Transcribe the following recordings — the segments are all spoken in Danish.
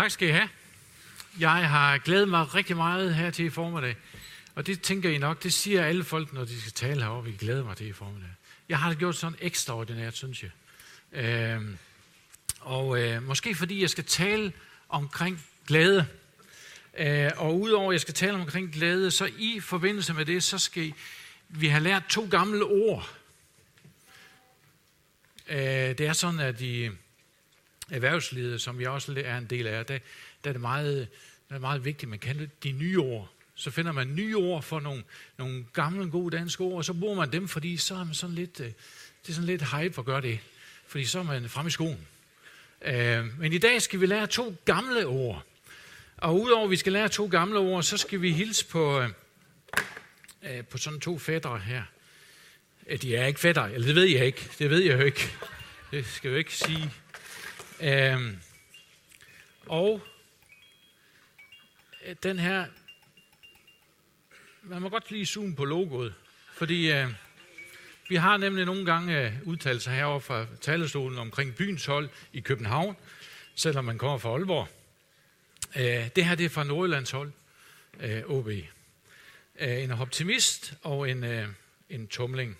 Tak skal I have. Jeg har glædet mig rigtig meget her til i formiddag. Og det tænker I nok, det siger alle folk, når de skal tale heroppe. Jeg glæder mig til i formiddag. Jeg har gjort sådan ekstraordinært, synes jeg. Måske fordi jeg skal tale omkring glæde. Og udover at jeg skal tale omkring glæde, så i forbindelse med det, så skal vi have lært 2 gamle ord. Det er sådan, at i erhvervslivet, som jeg også er en del af, der er det meget vigtigt, at man kan de nye ord. Så finder man nye ord for nogle gamle, gode danske ord, og så bruger man dem, fordi så er man sådan lidt, det er sådan lidt hype at gøre det. Fordi så er man fremme i skoen. Men i dag skal vi lære 2 gamle ord. Og udover at vi skal lære 2 gamle ord, så skal vi hilse på sådan 2 fætre her. De er ikke fætter, eller det ved jeg ikke. Det ved jeg jo ikke. Det skal jeg jo ikke sige. Og den her, man må godt lige zoome på logoet, fordi vi har nemlig nogle gange udtalelser herovre fra talerstolen omkring byens hold i København, selvom man kommer fra Aalborg. Det her det er fra Nordjyllands hold, OB. En optimist og en tumling.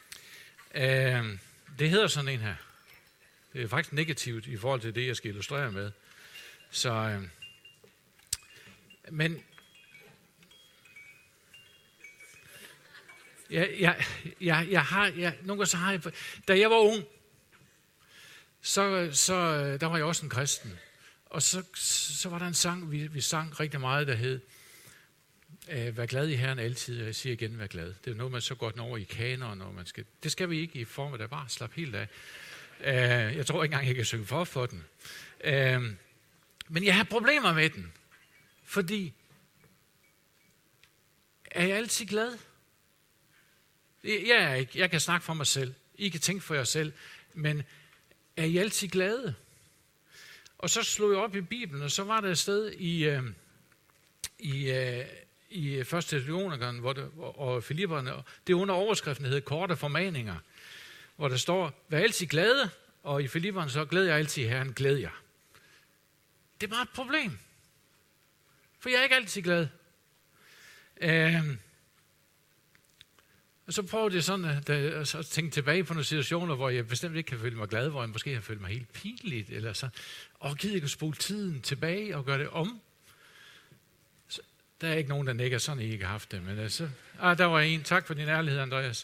Det hedder sådan en her. Det er faktisk negativt i forhold til det, jeg skal illustrere med. Så, men da jeg var ung, så der var jeg også en kristen. Og så var der en sang, vi sang rigtig meget, der hed vær glad i Herren altid, og jeg siger igen, vær glad. Det er noget, man så godt når over i kaner, når man skal. Det skal vi ikke i form af, der bare slap helt af. Jeg tror ikke engang, jeg kan synge for den. Men jeg har problemer med den. Fordi, er jeg altid glad? Jeg er ikke. Jeg kan snakke for mig selv. I kan tænke for jer selv. Men er I altid glade? Og så slog jeg op i Bibelen, og så var der et sted i 1. Thessalonikerbrevet og Filipperne, det er under overskriften, der hedder korte formaninger, hvor der står, vær altid glade, og i Filipperne så glæder jeg altid i Herren, glæd jer. Det er bare et problem, for jeg er ikke altid glad. Og så prøvede jeg sådan at tænke tilbage på nogle situationer, hvor jeg bestemt ikke kan føle mig glad, hvor jeg måske har følt mig helt pinligt, eller så, gider jeg at spole tiden tilbage og gøre det om. Så, der er ikke nogen, der nikker, sådan I ikke har haft det, men altså, der var en. Tak for din ærlighed, Andreas.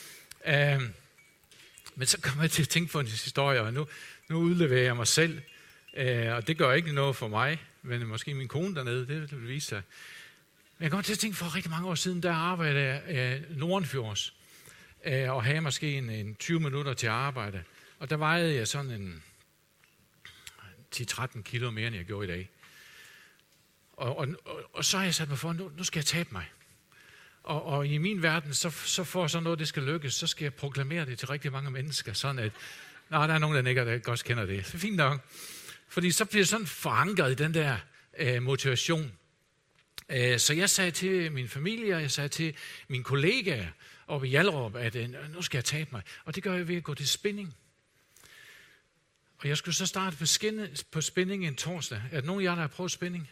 Men så kommer jeg til at tænke på en historie, og nu udleverer jeg mig selv, og det gør ikke noget for mig, men måske min kone dernede, det vil vise sig. Men jeg kommer til at tænke, for rigtig mange år siden, der arbejdede jeg Nordenfjords, og havde måske en 20 minutter til at arbejde. Og der vejede jeg sådan en 10-13 kilo mere, end jeg gjorde i dag. Og så har jeg sat mig for, nu skal jeg tabe mig. Og i min verden, så for sådan noget, det skal lykkes, så skal jeg proklamere det til rigtig mange mennesker, sådan at, der er nogen, der ikke også kender det. Så fint nok. Fordi så bliver det sådan forankret i den der motivation. Så jeg sagde til min familie, og jeg sagde til mine kollegaer oppe i Hjallerup, at nu skal jeg tabe mig. Og det gør jeg ved at gå til spinning. Og jeg skulle så starte på spinning en torsdag. Er der nogen af jer, der har prøvet spinning?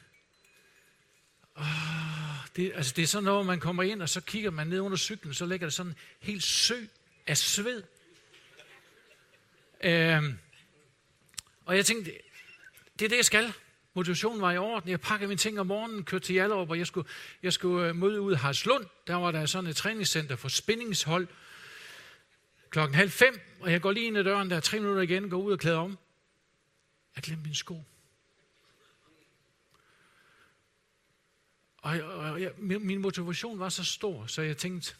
Det er sådan noget, man kommer ind, og så kigger man ned under cyklen, så ligger der sådan en helt sø af sved. Og jeg tænkte, det er det, jeg skal. Motivationen var i orden. Jeg pakkede mine ting om morgenen, kørte til Hjallerup, og jeg skulle møde ud af Harslund. Der var der sådan et træningscenter for spændingshold. 4:30, og jeg går lige ind ad døren, der er 3 minutter igen, går ud og klæder om. Jeg glemte mine sko. Og min motivation var så stor, så jeg tænkte,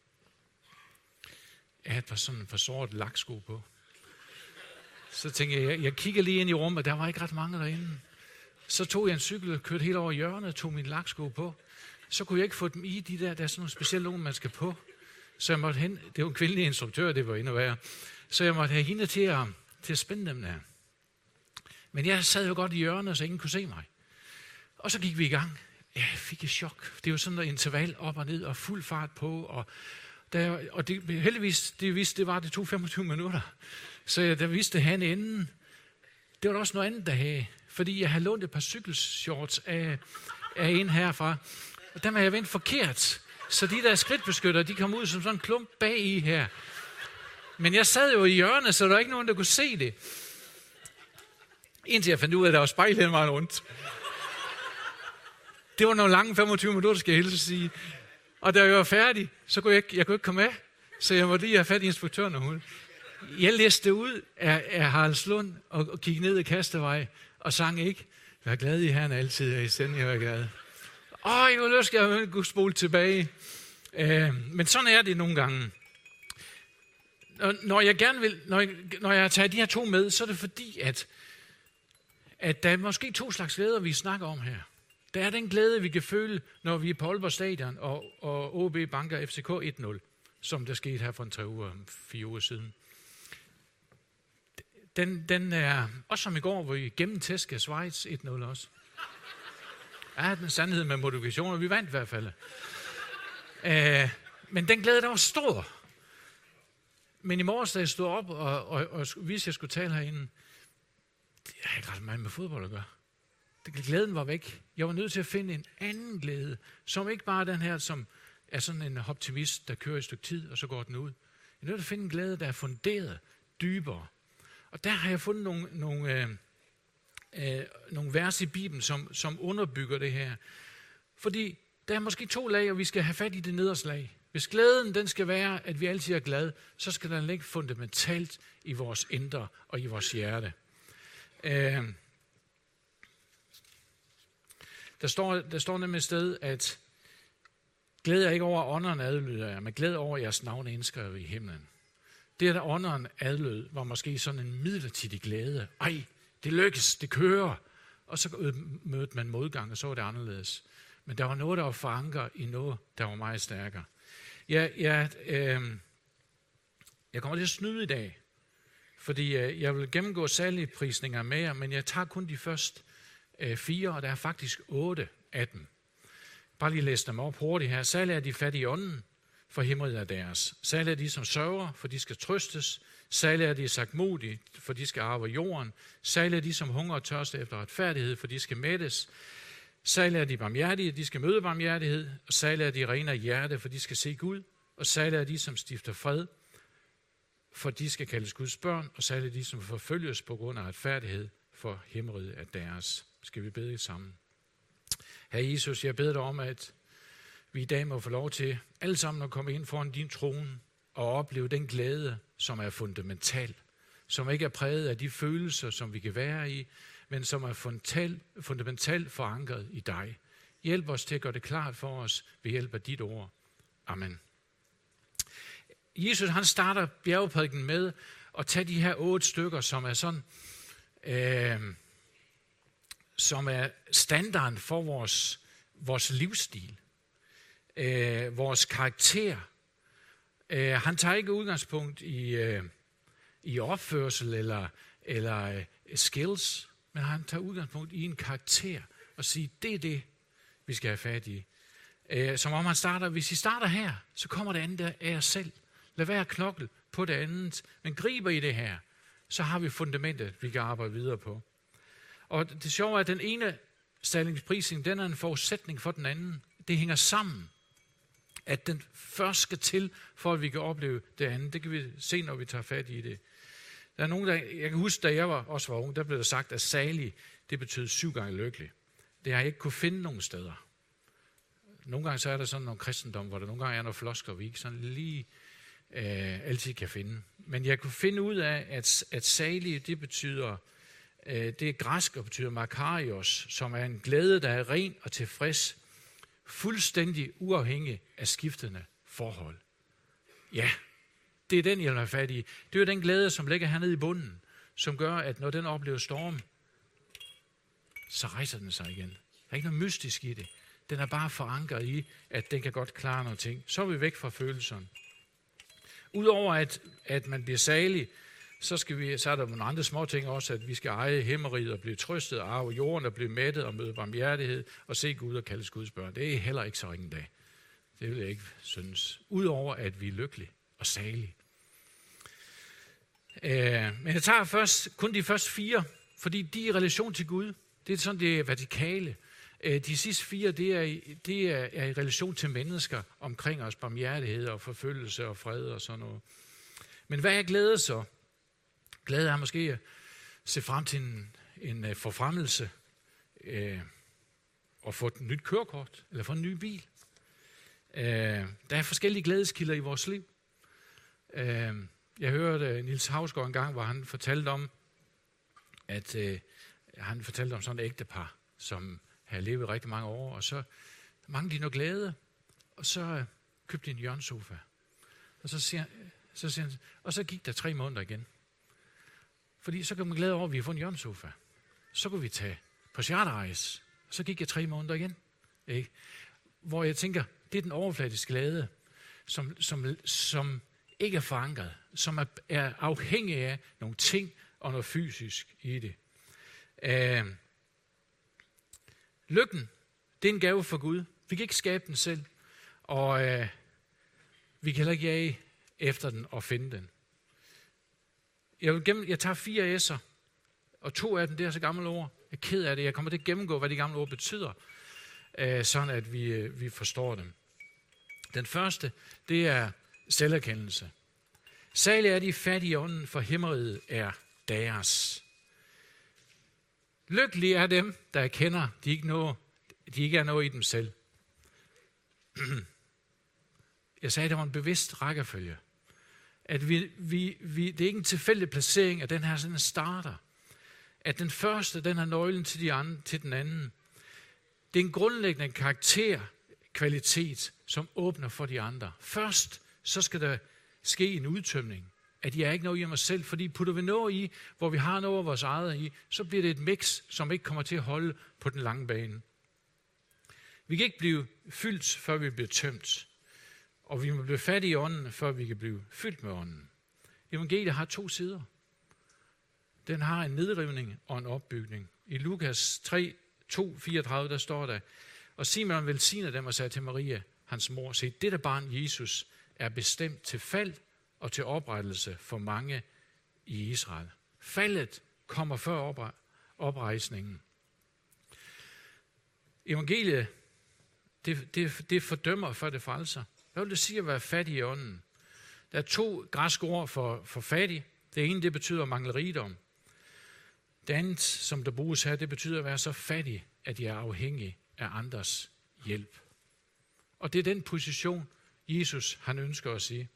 jeg havde sådan en for sort laksko på. Så tænkte jeg kigger lige ind i rummet, der var ikke ret mange derinde. Så tog jeg en cykel og kørte helt over hjørnet, tog min laksko på. Så kunne jeg ikke få dem i der er sådan nogle specielle nogen, man skal på. Så jeg måtte hen, det var en kvindelig instruktør, det var endnu værre. Så jeg måtte have hende til at spænde dem der. Men jeg sad jo godt i hjørnet, så ingen kunne se mig. Og så gik vi i gang. Ja, jeg fik et chok. Det var sådan et interval op og ned og fuld fart på. Og det, heldigvis, det tog 25 minutter. Så der vidste han inden. Det var der også noget andet, der havde. fordi jeg havde lånt et par cykelshorts af en herfra. Og dem har jeg vendt forkert. Så de der skridtbeskytter, de kom ud som sådan en klump bag i her. Men jeg sad jo i hjørnet, så der var ikke nogen, der kunne se det. Indtil jeg fandt ud af, at der var spejl hele vejen rundt. Det var nogle lange 25 minutter, skal jeg hilse at sige. Og da jeg var færdig, så kunne jeg kunne ikke komme af. Så jeg måtte lige have fat i instruktøren og hun. Jeg læste ud af Haraldslund og kiggede ned i Kastevej og sang ikke. Vær glad i Herren altid, og i stedet jeg var glad. Jeg kunne lyst, at jeg kunne spole tilbage. Men sådan er det nogle gange. Når jeg tager de her to med, så er det fordi, at der er måske to slags glæder, vi snakker om her. Der er den glæde, vi kan føle, når vi er på Aalborg Stadion og OB banker FCK 1-0, som der skete her for 4 uger siden. Den er også som i går, hvor vi gennemtæskede Schweiz 1-0 også. Ja, den sandhed med modifikationer, vi vandt i hvert fald. Men den glæde, der var stor. Men i morges, da jeg stod op og hvis jeg skulle tale herinde, det har ikke ret meget med fodbold at gøre. Glæden var væk. Jeg var nødt til at finde en anden glæde, som ikke bare den her, som er sådan en optimist, der kører et stykke tid, og så går den ud. Jeg er nødt til at finde en glæde, der er funderet dybere. Og der har jeg fundet nogle vers i Bibelen, som underbygger det her. Fordi der er måske 2 lag, og vi skal have fat i det nederste lag. Hvis glæden den skal være, at vi altid er glade, så skal den ligge fundamentalt i vores indre og i vores hjerte. Der står nemlig et sted, at glæd er ikke over, at ånderen adlyder jer, men glæd over, at jeres navn er indskrevet i himlen. Det, der ånderen adlød, var måske sådan en midlertidig glæde. Det lykkes, det kører. Og så mødte man modgang, og så var det anderledes. Men der var noget, der var forankret i noget, der var meget stærkere. Jeg kommer til at snyde i dag, fordi jeg vil gennemgå saligprisninger med jer, men jeg tager kun de første 4, og der er faktisk 8 af dem. Bare lige læse dem op hurtigt her. Salig er de fattige i ånden, for himmeriget er deres. Salig er de, som sørger, for de skal trøstes. Salig er de sagtmodige, for de skal arve jorden. Salig er de, som hungrer og tørster efter retfærdighed, for de skal mættes. Salig er de barmhjertige, de skal møde barmhjertighed. Og salig er de rene af hjerte, for de skal se Gud. Og salig er de, som stifter fred, for de skal kaldes Guds børn. Og salig er de, som forfølges på grund af retfærdighed, for himmeriget er deres. Skal vi bede sammen? Herre Jesus, jeg beder dig om, at vi i dag må få lov til alle sammen at komme ind foran din trone og opleve den glæde, som er fundamental, som ikke er præget af de følelser, som vi kan være i, men som er fundamentalt forankret i dig. Hjælp os til at gøre det klart for os ved hjælp af dit ord. Amen. Jesus, han starter bjergeprædiken med at tage de her 8 stykker, som er sådan, som er standarden for vores livsstil, vores karakter. Han tager ikke udgangspunkt i opførsel eller skills, men han tager udgangspunkt i en karakter og siger, det er det, vi skal have fat i. Som om han starter, hvis I starter her, så kommer det andet af jer selv. Lad være at knokle på det andet, men griber I det her, så har vi fundamentet, vi kan arbejde videre på. Og det sjove er, at den ene salingsprisning, den er en forudsætning for den anden. Det hænger sammen. At den først skal til, for at vi kan opleve det andet. Det kan vi se, når vi tager fat i det. Der er nogen, jeg kan huske, da jeg også var ung, der blev der sagt, at salig, det betød 7 gange lykkelig. Det har jeg ikke kunne finde nogen steder. Nogle gange så er der sådan nogle kristendom, hvor der nogle gange er nogle flosker, vi ikke sådan lige altid kan finde. Men jeg kunne finde ud af, at salig, det betyder, det er græsk og betyder makarios, som er en glæde, der er ren og tilfreds, fuldstændig uafhængig af skiftende forhold. Ja, det er den, jeg vil have fat i. Det er jo den glæde, som ligger hernede i bunden, som gør, at når den oplever storm, så rejser den sig igen. Der er ikke noget mystisk i det. Den er bare forankret i, at den kan godt klare nogle ting. Så er vi væk fra følelserne. Udover at man bliver salig, så er der nogle andre små ting også, at vi skal eje himmeriget og blive trøstet, og arve jorden og blive mættet og møde barmhjertighed og se Gud og kaldes Guds børn. Det er heller ikke så ringe dag. Det vil jeg ikke synes. Udover at vi er lykkelige og salige. Men jeg tager kun de første 4, Fordi de er i relation til Gud. Det er sådan, det er vertikale. De sidste 4, det er i relation til mennesker omkring os, barmhjertighed og forfølgelse og fred og sådan noget. Men hvad er glæde så? Glæde er måske at se frem til en forfremmelse, og få et nyt kørekort, eller få en ny bil. Der er forskellige glædeskilder i vores liv. Jeg hørte Niels Hausgaard en gang, hvor han fortalte om, at han fortalte om sådan et ægtepar, som havde levet rigtig mange år, og så manglede de noget glæde, og så købte de en hjørnesofa. Og så siger han, og så gik der 3 måneder igen. Fordi så kan man glæde over, at vi har fået en hjørnesofa. Så kunne vi tage på charterrejse, og så gik jeg 3 måneder igen. Ikke? Hvor jeg tænker, det er den overfladiske glæde, som ikke er forankret, som er afhængig af nogle ting og noget fysisk i det. Lykken, det er en gave fra Gud. Vi kan ikke skabe den selv, og vi kan heller ikke jage efter den og finde den. Jeg tager 4 S'er, og 2 af dem, det er så gamle ord. Jeg er ked af det. Jeg kommer til at gennemgå, hvad de gamle ord betyder, sådan at vi forstår dem. Den første, det er selverkendelse. Salige er de fattige i ånden, for himmeriget er deres. Lykkelige er dem, der erkender, de ikke er noget i dem selv. Jeg sagde, at det var en bevidst rækkefølge. At det er ikke en tilfældig placering, at den her sådan starter. At den første, den har nøglen til den anden. Det er en grundlæggende karakterkvalitet, som åbner for de andre. Først, så skal der ske en udtømning. At jeg er ikke noget i mig selv, fordi putter vi noget i, hvor vi har noget af vores eget i, så bliver det et mix, som ikke kommer til at holde på den lange bane. Vi kan ikke blive fyldt, før vi bliver tømt. Og vi må blive fattige i ånden, før vi kan blive fyldt med ånden. Evangeliet har 2 sider. Den har en nedrivning og en opbygning. I Lukas 3, 2:34, der står der, og Simon velsignede dem og sagde til Maria, hans mor, se, dette barn Jesus er bestemt til fald og til oprettelse for mange i Israel. Faldet kommer før oprejsningen. Evangeliet, det fordømmer, før det frelser. Hvad vil det sige at være fattig i ånden? Der er 2 græske ord for fattig. Det ene, det betyder at mangle rigdom. Det andet, som der bruges her, det betyder at være så fattig, at jeg er afhængig af andres hjælp. Og det er den position, Jesus han ønsker at sige.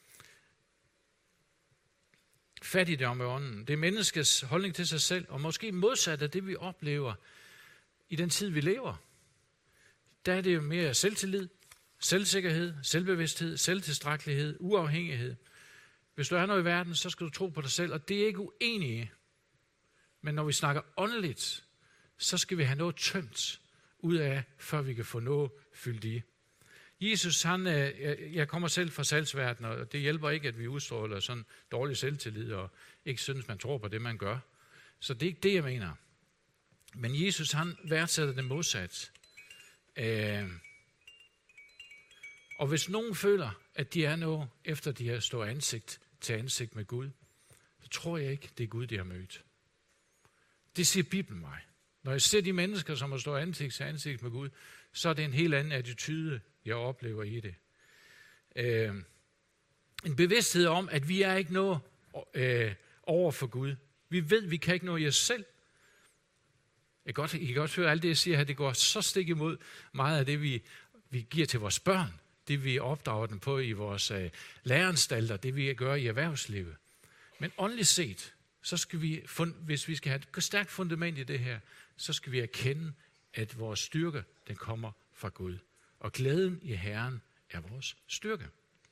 Fattigdom i ånden, det er menneskets holdning til sig selv, og måske modsat af det, vi oplever i den tid, vi lever. Der er det jo mere selvtillid, selvsikkerhed, selvbevidsthed, selvtilstrækkelighed, uafhængighed. Hvis du er noget i verden, så skal du tro på dig selv, og det er ikke uenige. Men når vi snakker åndeligt, så skal vi have noget tømt ud af, før vi kan få noget fyldt i. Jesus, jeg kommer selv fra salgsverdenen, og det hjælper ikke, at vi udstråler sådan dårlig selvtillid, og ikke synes, man tror på det, man gør. Så det er ikke det, jeg mener. Men Jesus, han værdsætter det modsat. Og hvis nogen føler, at de er noget, efter de har stået ansigt til ansigt med Gud, så tror jeg ikke, det er Gud, de har mødt. Det siger Bibelen mig. Når jeg ser de mennesker, som har stået ansigt til ansigt med Gud, så er det en helt anden attitude, jeg oplever i det. En bevidsthed om, at vi er ikke noget over for Gud. Vi ved, vi kan ikke noget i os selv. I kan godt høre, alt det, jeg siger her, det går så stik imod meget af det, vi giver til vores børn. Det, vi opdrager dem på i vores læreanstalter, det vi gør i erhvervslivet. Men åndeligt set, så skal vi, hvis vi skal have et stærkt fundament i det her, så skal vi erkende, at vores styrke, den kommer fra Gud. Og glæden i Herren er vores styrke.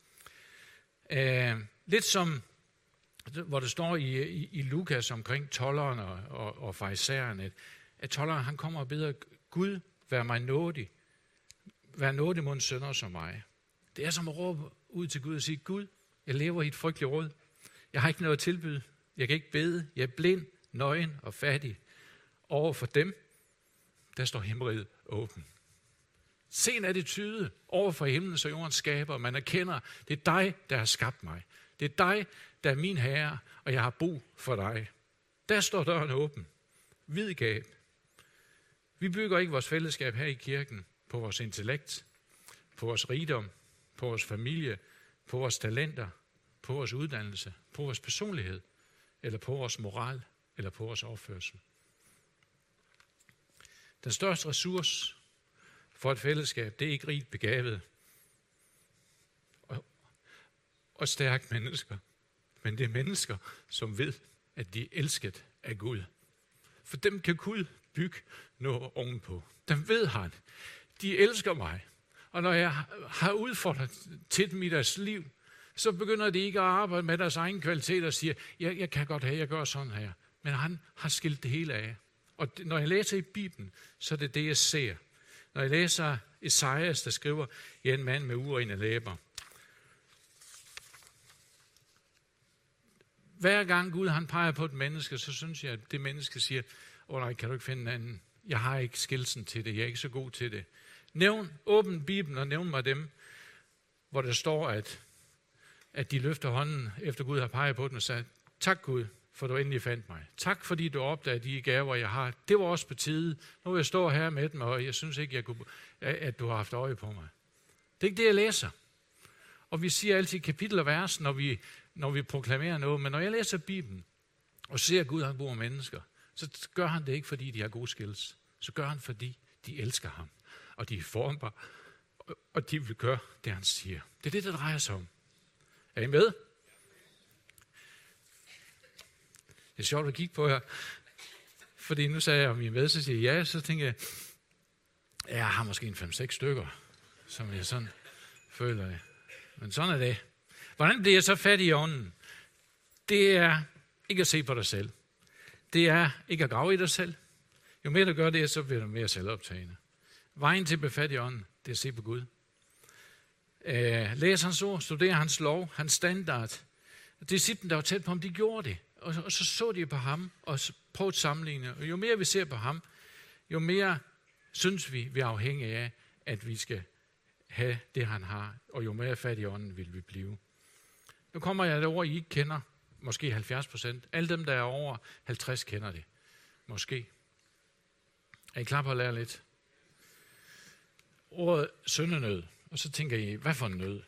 Lidt som, hvor det står i Lukas omkring tolderen og farisæerne, at tolderen han kommer og beder, Gud, vær mig nådig. Vær nådig mod en synder som mig. Det er som at råbe ud til Gud og sige, Gud, jeg lever i et frygteligt råd. Jeg har ikke noget at tilbyde. Jeg kan ikke bede. Jeg er blind, nøgen og fattig. Over for dem, der står himmeriget åben. Se en attitude over for himlen, så jorden skaber. Man erkender, det er dig, der har skabt mig. Det er dig, der er min herre, og jeg har brug for dig. Der står døren åben. vid gab. Vi bygger ikke vores fællesskab her i kirken på vores intellekt, på vores rigdom, på vores familie, på vores talenter, på vores uddannelse, på vores personlighed, eller på vores moral, eller på vores opførsel. Den største ressource for et fællesskab, det er ikke rigt begavet og stærke mennesker, men det er mennesker, som ved, at de er elsket af Gud. For dem kan Gud bygge noget ovenpå. Dem ved han. De elsker mig. Og når jeg har udfordret til dem i deres liv, så begynder de ikke at arbejde med deres egen kvalitet og siger, jeg kan godt have, jeg gør sådan her. Men han har skilt det hele af. Og når jeg læser i Bibelen, så er det det, jeg ser. Når jeg læser Esajas, der skriver, jeg er en mand med urene læber. Hver gang Gud han peger på et menneske, så synes jeg, at det menneske siger, nej, kan du ikke finde en anden? Jeg har ikke skillelsen til det, jeg er ikke så god til det. Åbn Bibelen og nævn mig dem, hvor der står, at de løfter hånden, efter Gud har peget på dem og sagt, tak Gud, for du endelig fandt mig. Tak fordi du opdagede de gaver, jeg har. Det var også på tide. Nu jeg står her med dem, og jeg synes ikke, at du har haft øje på mig. Det er ikke det, jeg læser. Og vi siger altid kapitel og vers, når vi proklamerer noget. Men når jeg læser Bibelen og ser, at Gud han bruger mennesker, så gør han det ikke, fordi de har gode skills. Så gør han, fordi de elsker ham. Og de er formbare, og de vil gøre det, han siger. Det er det, der drejer sig om. Er I med? Det er sjovt at kigge på her. Fordi nu sagde jeg, om I er med, så siger jeg ja, så tænker jeg, jeg har måske en 5-6 stykker, som jeg sådan føler det. Men sådan er det. Hvordan bliver jeg så fattig i ånden? Det er ikke at se på dig selv. Det er ikke at grave i dig selv. Jo mere du gør det, så bliver du mere selvoptagende. Vejen til at blive fattig i ånden, det er at se på Gud. Læs hans ord, studer hans lov, hans standard. Disciplen, der var tæt på ham, de gjorde det. Og så de på ham, og prøvede at sammenligne. Og jo mere vi ser på ham, jo mere synes vi er afhængige af, at vi skal have det, han har. Og jo mere fattig i ånden vil vi blive. Nu kommer jeg derover, I ikke kender. Måske 70%. Alle dem, der er over 50, kender det. Måske. Er I klar på at lære lidt? Ordet syndenød. Og så tænker I, hvad for en nød?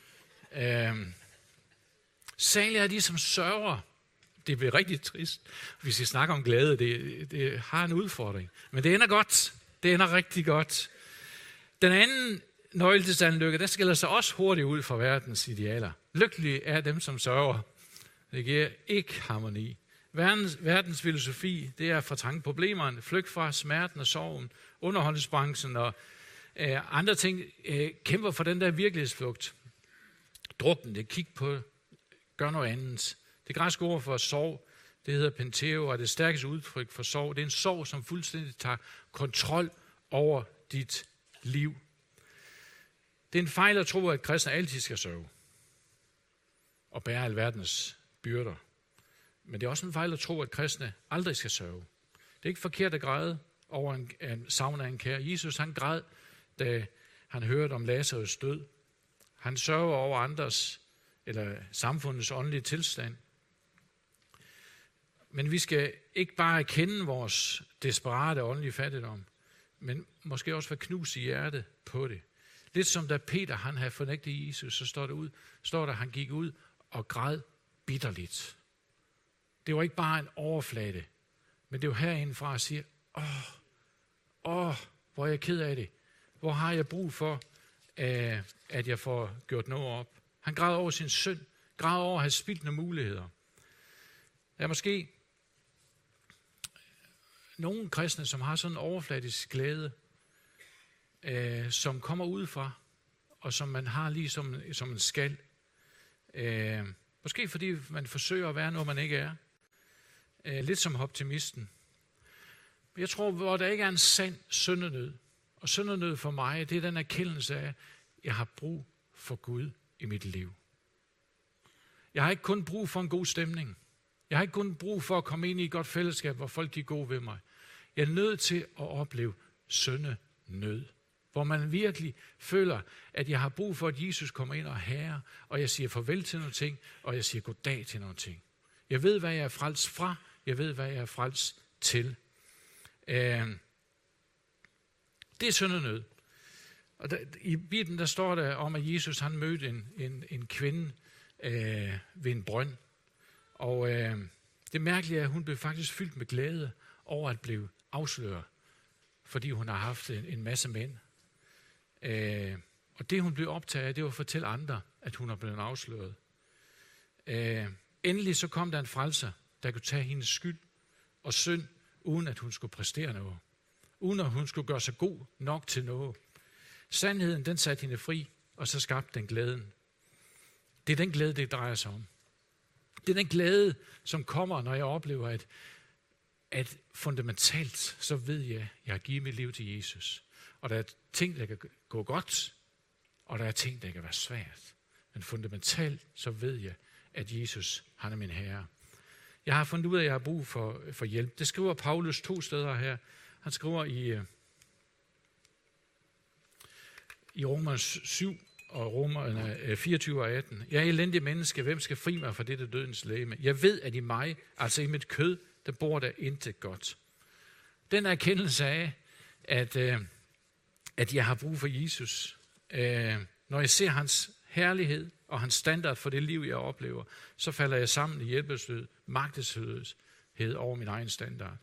Særligt er de, som sørger. Det bliver rigtig trist, hvis I snakker om glæde. Det har en udfordring. Men det ender godt. Det ender rigtig godt. Den anden nøgle til sand lykke, der skiller sig også hurtigt ud fra verdens idealer. Lykkelige er dem, som sørger. Det giver ikke harmoni. Verdens filosofi, det er at fortrænge problemerne, flygt fra smerten og sorgen, underholdningsbranchen og andre ting kæmper for den der virkelighedsflugt. Drukne det, kig på, gør noget andet. Det græske ord for sorg, det hedder penteo, og det stærkeste udtryk for sorg, det er en sorg, som fuldstændig tager kontrol over dit liv. Det er en fejl at tro, at kristne altid skal sørge og bære alverdens byrder. Men det er også en fejl at tro, at kristne aldrig skal sørge. Det er ikke forkert at græde over en savn af en kær. Jesus han græd, da han hørte om Lazarus død. Han sørger over andres eller samfundets åndelige tilstand. Men vi skal ikke bare erkende vores desperate åndelige fattigdom, men måske også være knust i hjertet på det. Lidt som da Peter han havde fornægtet Jesus, så står der, han gik ud og græd bitterligt. Det var ikke bare en overflade, men det var herindefra at sige, hvor er jeg ked af det. Hvor har jeg brug for, at jeg får gjort noget op. Han græd over sin synd, græd over at have spildt nogle muligheder. Der er måske nogle kristne, som har sådan en overfladisk glæde, som kommer udefra, og som man har lige som en skal. Måske fordi man forsøger at være noget, man ikke er. Lidt som optimisten. Men jeg tror, hvor der ikke er en sand syndenød, og syndenød for mig, det er den erkendelse af, at jeg har brug for Gud i mit liv. Jeg har ikke kun brug for en god stemning. Jeg har ikke kun brug for at komme ind i et godt fællesskab, hvor folk er gode ved mig. Jeg er nødt til at opleve syndenød, hvor man virkelig føler, at jeg har brug for, at Jesus kommer ind og herrer, og jeg siger farvel til nogle ting, og jeg siger goddag til nogle ting. Jeg ved, hvad jeg er frelst fra. Jeg ved, hvad jeg er frelst til. Det er syndernød. Og i Bibelen der står der om, at Jesus han mødte en kvinde ved en brønd. Og det mærkelige er, at hun blev faktisk fyldt med glæde over at blive afsløret, fordi hun har haft en masse mænd. Og det hun blev optaget af, det var at fortælle andre, at hun er blevet afsløret. Endelig så kom der en frelser, der kunne tage hendes skyld og synd, uden at hun skulle præstere noget. Uden at hun skulle gøre sig god nok til noget. Sandheden, den satte hende fri, og så skabte den glæden. Det er den glæde, det drejer sig om. Det er den glæde, som kommer, når jeg oplever, at fundamentalt, så ved jeg, at jeg har givet mit liv til Jesus. Og der er ting, der kan gå godt, og der er ting, der kan være svært. Men fundamentalt, så ved jeg, at Jesus, han er min herre. Jeg har fundet ud af, at jeg har brug for hjælp. Det skriver Paulus 2 steder her. Han skriver i Romers 7 og Romerne 24 og 18. Jeg er elendig menneske. Hvem skal fri mig fra dette dødens legeme? Jeg ved, at i mig, altså i mit kød, der bor der intet godt. Den erkendelse af, at jeg har brug for Jesus, når jeg ser hans herlighed og hans standard for det liv, jeg oplever, så falder jeg sammen i hjælpeløshed, magtesløshed over min egen standard.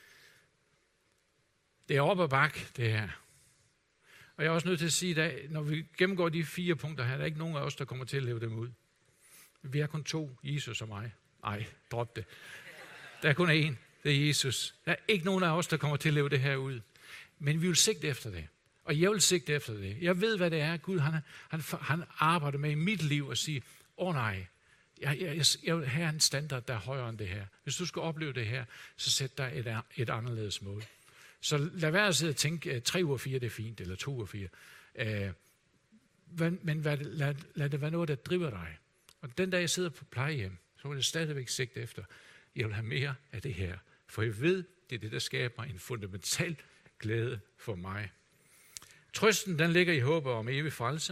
Det er op ad bakke, det her. Og jeg er også nødt til at sige, at når vi gennemgår de 4 punkter her, der er ikke nogen af os, der kommer til at leve dem ud. Vi er kun 2, Jesus og mig. Nej, drop det. Der er kun én, det er Jesus. Der er ikke nogen af os, der kommer til at leve det her ud. Men vi vil sigte efter det. Og jeg vil sigte efter det. Jeg ved, hvad det er, Gud han arbejder med i mit liv og siger, nej, jeg vil have en standard, der er højere end det her. Hvis du skal opleve det her, så sæt dig et anderledes mål. Så lad være at sidde og tænke, 3 ud af 4 det er fint, eller 2 ud af 4. Men lad det være noget, der driver dig. Og den dag jeg sidder på plejehjem, så vil jeg stadigvæk sigte efter, jeg vil have mere af det her. For jeg ved, det er det, der skaber en fundamental glæde for mig. Trøsten, den ligger i håbet om evig frelse.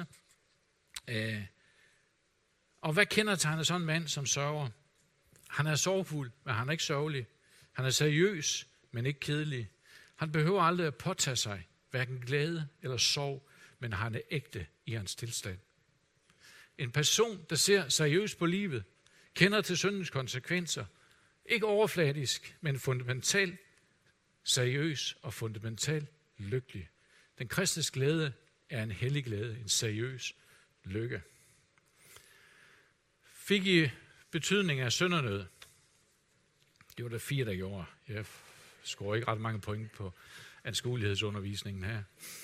Og hvad kendetegner sådan en mand, som sørger? Han er sorgfuld, men han er ikke sørgelig. Han er seriøs, men ikke kedelig. Han behøver aldrig at påtage sig hverken glæde eller sorg, men han er ægte i hans tilstand. En person, der ser seriøst på livet, kender til syndens konsekvenser, ikke overfladisk, men fundamentalt seriøs og fundamentalt lykkelig. Den kristnes glæde er en hellig glæde, en seriøs lykke. Fik I betydning af syndernød? Det var der 4, der gjorde. Jeg scorer ikke ret mange point på anskuelighedsundervisningen her.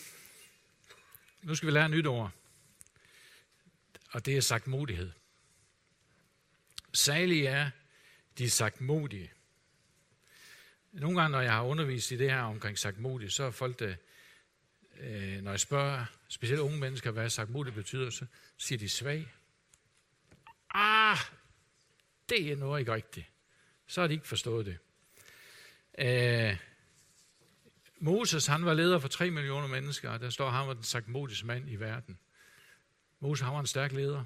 Nu skal vi lære et nyt ord, og det er sagtmodighed. Salige er de sagtmodige. Nogle gange, når jeg har undervist i det her omkring sagtmodig, så er folk, der, når jeg spørger specielt unge mennesker, hvad sagtmodig betyder, så siger de svag. Det er noget ikke rigtigt. Så har de ikke forstået det. Moses, han var leder for 3 millioner mennesker, og der står, han var den sagtmodigste mand i verden. Moses, han var en stærk leder.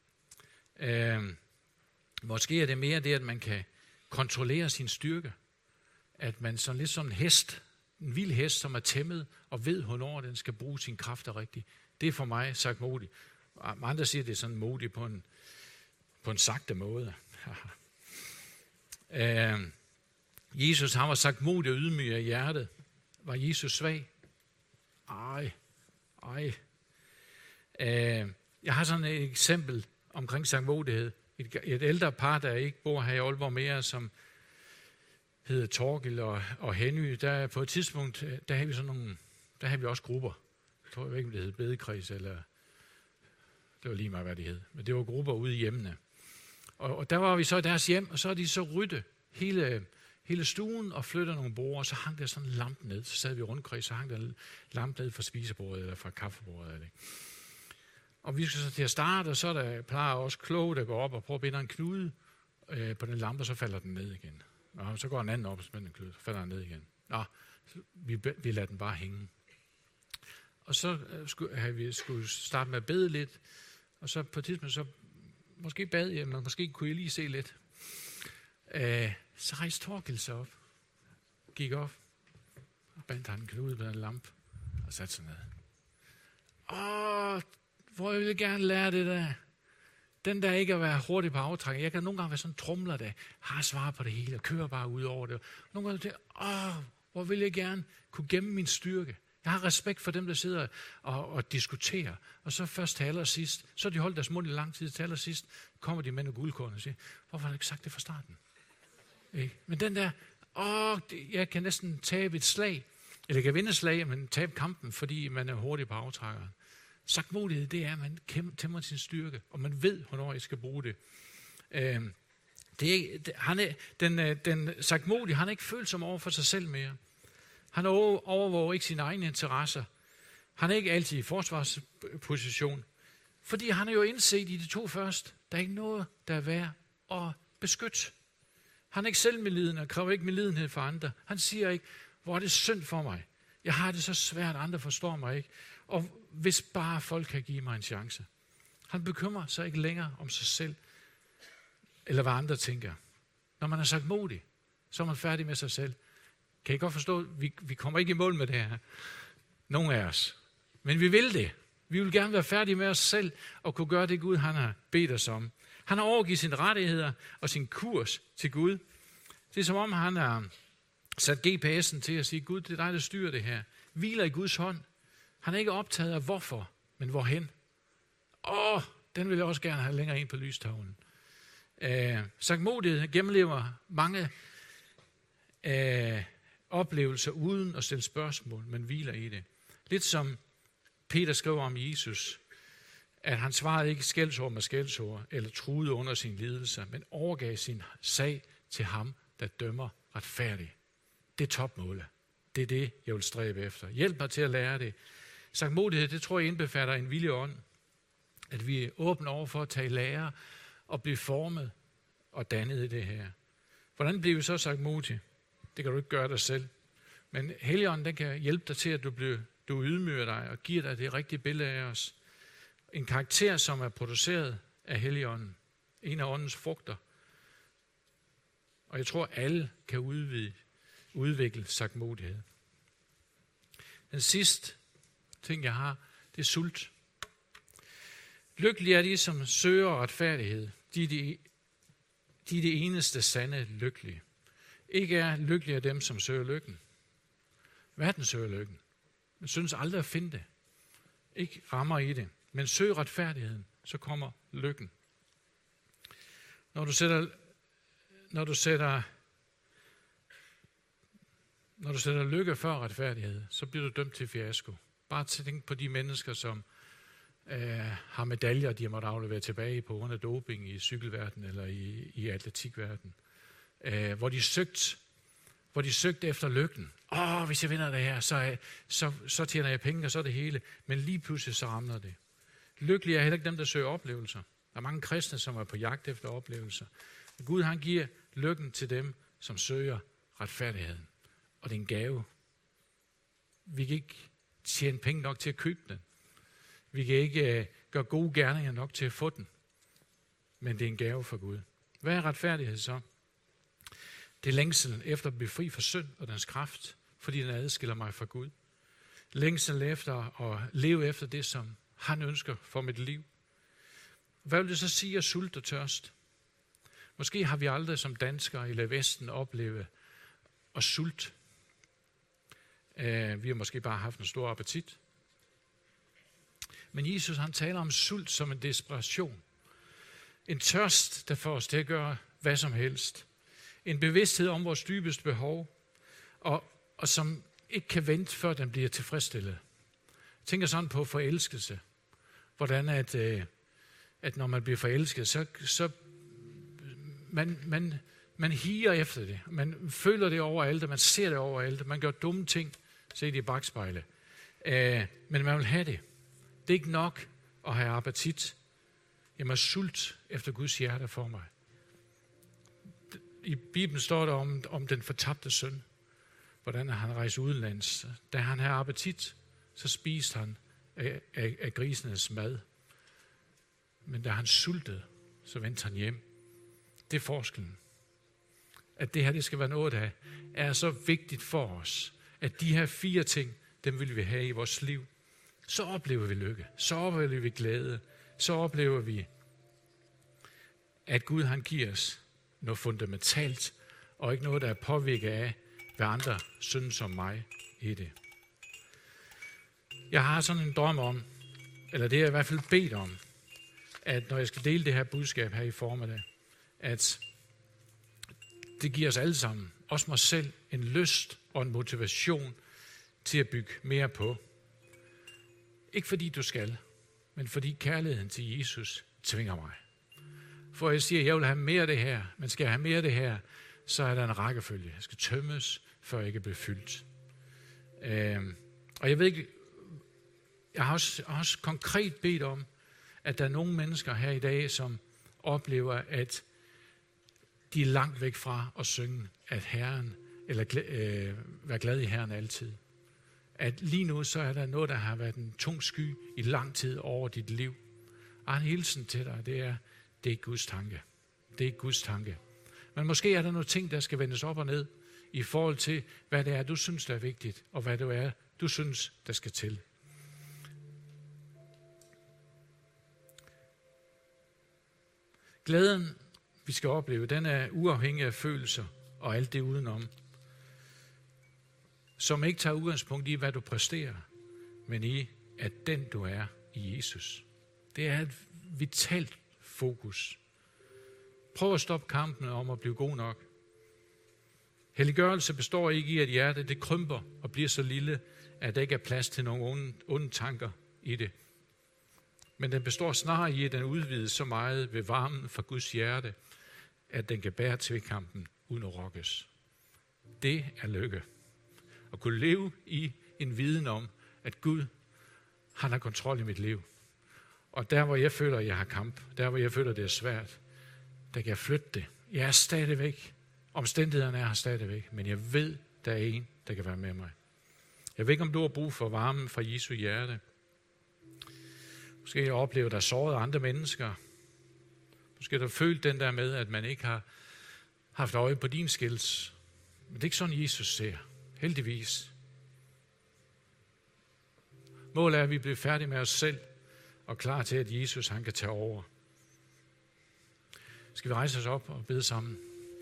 Måske er det mere det, at man kan kontrollere sin styrke. At man sådan lidt som en hest, en vild hest, som er tæmmet og ved, hvornår den skal bruge sine kræfter rigtigt. Det er for mig sagtmodig. Andre siger, det er sådan modig på en sagte måde. Jesus, han var sagtmodig og ydmyg af hjertet. Var Jesus svag? Ej. Jeg har sådan et eksempel omkring sagtmodighed. Et ældre par, der ikke bor her i Aalborg mere, som hedder Torgild og Henny, der på et tidspunkt, der havde vi også grupper. Jeg tror ikke, det hed bedekreds, eller det var lige meget, hvad det hed. Men det var grupper ude i hjemmene. Og der var vi så i deres hjem, og så er de så rydde hele stuen og flytter nogle borde, og så hang der sådan en lampe ned. Så sad vi rundkreds, så hang der en lampe ned fra spisebordet eller fra kaffebordet. Eller. Og vi skal så til at starte, og så der plejer også kloge, der går op og prøver at binde en knude på den lampe, og så falder den ned igen. Og så går en anden op og spænder en knude, så falder den ned igen. Vi lader den bare hænge. Og så skulle starte med at bede lidt, og så på et tidspunkt, så måske bad jeg, men måske kunne jeg lige se lidt. Så rejste Torgild sig op, gik op, bandt han en knude på en lampe og satte sig ned. Hvor jeg vil gerne lære det der. Den der ikke at være hurtig på aftræk. Jeg kan nogle gange være sådan en tromler, der har svar på det hele og kører bare ud over det. Nogle gange hvor vil jeg gerne kunne gemme min styrke. Jeg har respekt for dem, der sidder og diskuterer. Og så først til allersidst, så har de holdt deres mund i lang tid, til allersidst kommer de med nogle guldkorn og siger, hvorfor har du ikke sagt det fra starten? Men den der, jeg kan næsten tabe et slag, eller jeg kan vinde et slag, men tabe kampen, fordi man er hurtig på aftrækkeren. Sagtmodighed, det er, at man tæmmer sin styrke, og man ved, hvornår jeg skal bruge det. Den sagtmodige, han er ikke følsom over for sig selv mere. Han overvåger ikke sine egne interesser. Han er ikke altid i forsvarsposition, fordi han er jo indset i de to først. Der er ikke noget, der er værd at beskytte. Han er ikke selvmedlidende og kræver ikke medlidenhed for andre. Han siger ikke, hvor er det synd for mig. Jeg har det så svært, at andre forstår mig ikke. Og hvis bare folk kan give mig en chance. Han bekymrer sig ikke længere om sig selv, eller hvad andre tænker. Når man er sagtmodig, så er man færdig med sig selv. Kan I godt forstå, vi kommer ikke i mål med det her. Nogle af os. Men vi vil det. Vi vil gerne være færdige med os selv, og kunne gøre det Gud, han har bedt os om. Han har overgivet sine rettigheder og sin kurs til Gud. Det er som om, han har sat GPS'en til at sige, Gud, det er dig, der styrer det her. Hviler i Guds hånd. Han er ikke optaget af hvorfor, men hvorhen. Den vil jeg også gerne have længere ind på lystavlen. Sagtmodighed gennemlever mange oplevelser uden at stille spørgsmål, men hviler i det. Lidt som Peter skriver om Jesus, at han svarede ikke skældsord med skældsord, eller truede under sin lidelse, men overgav sin sag til ham, der dømmer retfærdigt. Det er topmålet. Det er det, jeg vil stræbe efter. Hjælp mig til at lære det. Sagtmodighed, det tror jeg indbefatter en villig ånd. At vi er åbne over for at tage lære og blive formet og dannet i det her. Hvordan bliver vi så sagtmodige? Det kan du ikke gøre dig selv. Men Helligånden, den kan hjælpe dig til, at du ydmyger dig og giver dig det rigtige billede af os. En karakter, som er produceret af Helligånden. En af åndens frugter. Og jeg tror, alle kan udvikle sagtmodighed. Den sidste ting, jeg har, det er sult. Lykkelige er de, som søger retfærdighed. De er det eneste sande lykkelige. Ikke er lykkelige af dem, som søger lykken. Verden søger lykken. Man synes aldrig at finde det. Ikke rammer i det. Men søg retfærdigheden, så kommer lykken. Når du sætter lykke før retfærdighed, så bliver du dømt til fiasko. Bare tænk på de mennesker, som har medaljer, de har måttet aflevere tilbage på grund af doping i cykelverdenen eller i atletikverdenen. Hvor de søgte efter lykken. Hvis jeg vinder det her, så tjener jeg penge, og så er det hele. Men lige pludselig så ramler det. Lykkelige er heller ikke dem, der søger oplevelser. Der er mange kristne, som er på jagt efter oplevelser. Gud, han giver lykken til dem, som søger retfærdigheden. Og det er en gave. Vi kan ikke tjene penge nok til at købe den. Vi kan ikke gøre gode gerninger nok til at få den. Men det er en gave fra Gud. Hvad er retfærdighed så? Det er længselen efter at blive fri fra synd og dens kraft, fordi den adskiller mig fra Gud. Længselen efter at leve efter det, som han ønsker for mit liv. Hvad vil det så sige at sulte og tørst? Måske har vi aldrig som danskere eller Vesten oplevet at sulte. Vi har måske bare haft en stor appetit. Men Jesus, han taler om sult som en desperation. En tørst, der får os til at gøre hvad som helst. En bevidsthed om vores dybeste behov, og som ikke kan vente, før den bliver tilfredsstillet. Jeg tænker sådan på forelskelse. Hvordan at når man bliver forelsket, så man higer efter det. Man føler det overalt, og man ser det overalt. Man gør dumme ting, set i bakspejlet. Men man vil have det. Det er ikke nok at have appetit. Jeg må sulte efter Guds hjerte for mig. I Bibelen står der om den fortabte søn. Hvordan han rejste udenlands. Da han havde appetit, så spiste han af grisenes mad. Men da han sultede, så vendte han hjem. Det er forskellen. At det her det skal være noget, der er så vigtigt for os. at de her 4 ting, dem vil vi have i vores liv, så oplever vi lykke, så oplever vi glæde, så oplever vi, at Gud han giver os noget fundamentalt, og ikke noget, der er påvirket af, hvad andre synes om mig i det. Jeg har sådan en drøm om, eller det er jeg i hvert fald bedt om, at når jeg skal dele det her budskab her i formiddag, at det giver os alle sammen, også mig selv, en lyst og en motivation til at bygge mere på. Ikke fordi du skal, men fordi kærligheden til Jesus tvinger mig. For jeg siger, at jeg vil have mere af det her, men skal jeg have mere af det her, så er der en rækkefølge. Jeg skal tømmes, før jeg kan blive fyldt. Og jeg ved ikke, jeg har også konkret bedt om, at der er nogle mennesker her i dag, som oplever, at de er langt væk fra at synge, at Herren, eller være glad i Herren altid. At lige nu, så er der noget, der har været en tung sky i lang tid over dit liv. Og en hilsen til dig, det er Guds tanke. Det er Guds tanke. Men måske er der nogle ting, der skal vendes op og ned, i forhold til, hvad det er, du synes, der er vigtigt, og hvad det er, du synes, der skal til. Glæden, vi skal opleve, den er uafhængig af følelser og alt det udenom, som ikke tager udgangspunkt i, hvad du præsterer, men i, at den du er i Jesus. Det er et vitalt fokus. Prøv at stoppe kampen om at blive god nok. Helliggørelse består ikke i, at hjertet det krymper og bliver så lille, at der ikke er plads til nogle onde tanker i det. Men den består snarere i, at den udvides så meget ved varmen fra Guds hjerte, at den kan bære tvekampen uden at rokkes. Det er lykke. At kunne leve i en viden om, at Gud, han har kontrol i mit liv. Og der, hvor jeg føler, at jeg har kamp, der, hvor jeg føler, at det er svært, der kan jeg flytte det. Jeg er stadigvæk. Omstændighederne er her stadigvæk, men jeg ved, der er en, der kan være med mig. Jeg ved ikke, om du har brug for varmen fra Jesu hjerte. Måske jeg oplever, at der er såret andre mennesker. Måske har du følt den der med, at man ikke har haft øje på din skills. Men det er ikke sådan, Jesus ser. Heldigvis. Målet er, at vi bliver færdige med os selv og klar til, at Jesus han kan tage over. Skal vi rejse os op og bede sammen?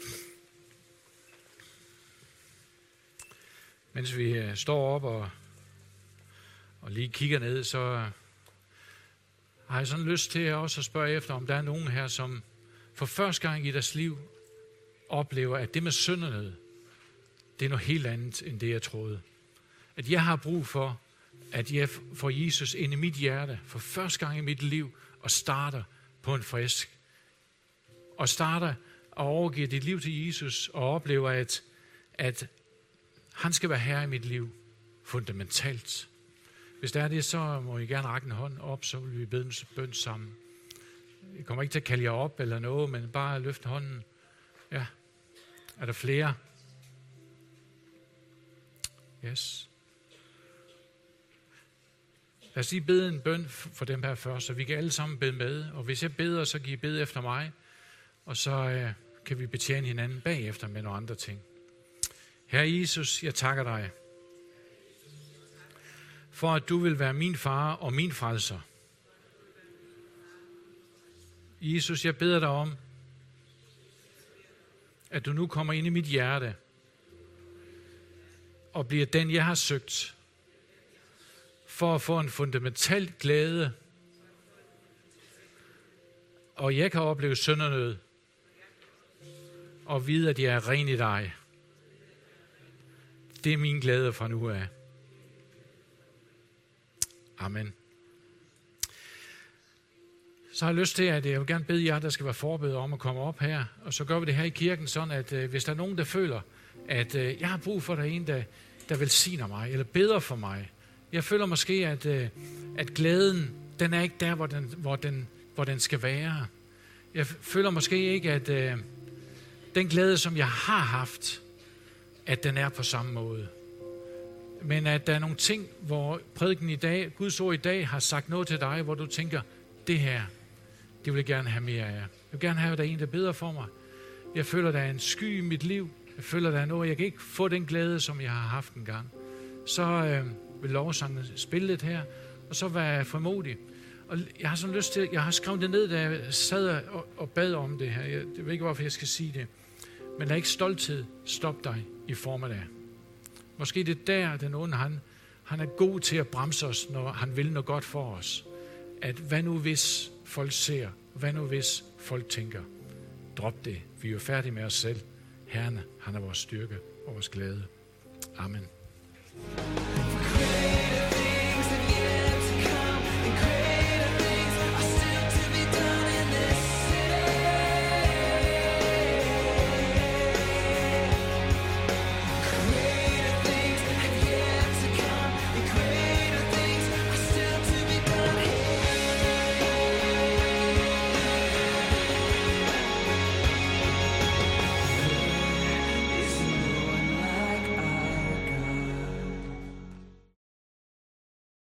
Mens vi står op og lige kigger ned, så har jeg sådan lyst til også at spørge efter, om der er nogen her, som for første gang i deres liv oplever, at det med syndernød, det er noget helt andet, end det jeg troede. At jeg har brug for, at jeg får Jesus ind i mit hjerte for første gang i mit liv og starter på en frisk. Og starter og overgiver dit liv til Jesus og oplever, at han skal være herre i mit liv fundamentalt. Hvis der er det, så må I gerne række en hånd op, så vil vi bede en bøn sammen. Jeg kommer ikke til at kalde jer op eller noget, men bare løfte hånden. Ja. Er der flere? Yes. Lad os lige bede en bøn for dem her først, så vi kan alle sammen bede med. Og hvis jeg beder, så kan I bede efter mig. Og så kan vi betjene hinanden bagefter med nogle andre ting. Herre Jesus, jeg takker dig, for at du vil være min far og min frelser. Jesus, jeg beder dig om, at du nu kommer ind i mit hjerte og bliver den, jeg har søgt, for at få en fundamental glæde, og jeg kan opleve syndernød og vide, at jeg er ren i dig. Det er min glæde fra nu af. Amen. Så har jeg lyst til, at jeg vil gerne bede jer, der skal være forberedt om at komme op her. Og så gør vi det her i kirken sådan, at hvis der er nogen, der føler, at jeg har brug for, at der er en, der velsigner mig, eller beder for mig. Jeg føler måske, at glæden, den er ikke der, hvor den skal være. Jeg føler måske ikke, at den glæde, som jeg har haft, at den er på samme måde. Men at der er nogle ting, hvor prædiken i dag, Guds ord i dag, har sagt noget til dig, hvor du tænker, det her, det vil jeg gerne have mere af. Jeg vil gerne have, at der er en, der beder for mig. Jeg føler, der er en sky i mit liv. Jeg føler, der er noget, jeg kan ikke få den glæde, som jeg har haft engang. så vil lovsangen spille lidt her, og så være frimodig. Og jeg har sådan lyst til, jeg har skrevet det ned, da jeg sad og bad om det her. Jeg ved ikke, hvorfor jeg skal sige det. Men lad ikke stolthed stoppe dig i formiddag. Måske det er der, den onde, han er god til at bremse os, når han vil noget godt for os. At hvad nu hvis folk ser? Hvad nu hvis folk tænker? Drop det. Vi er jo færdige med os selv. Herren, han er vores styrke og vores glæde. Amen.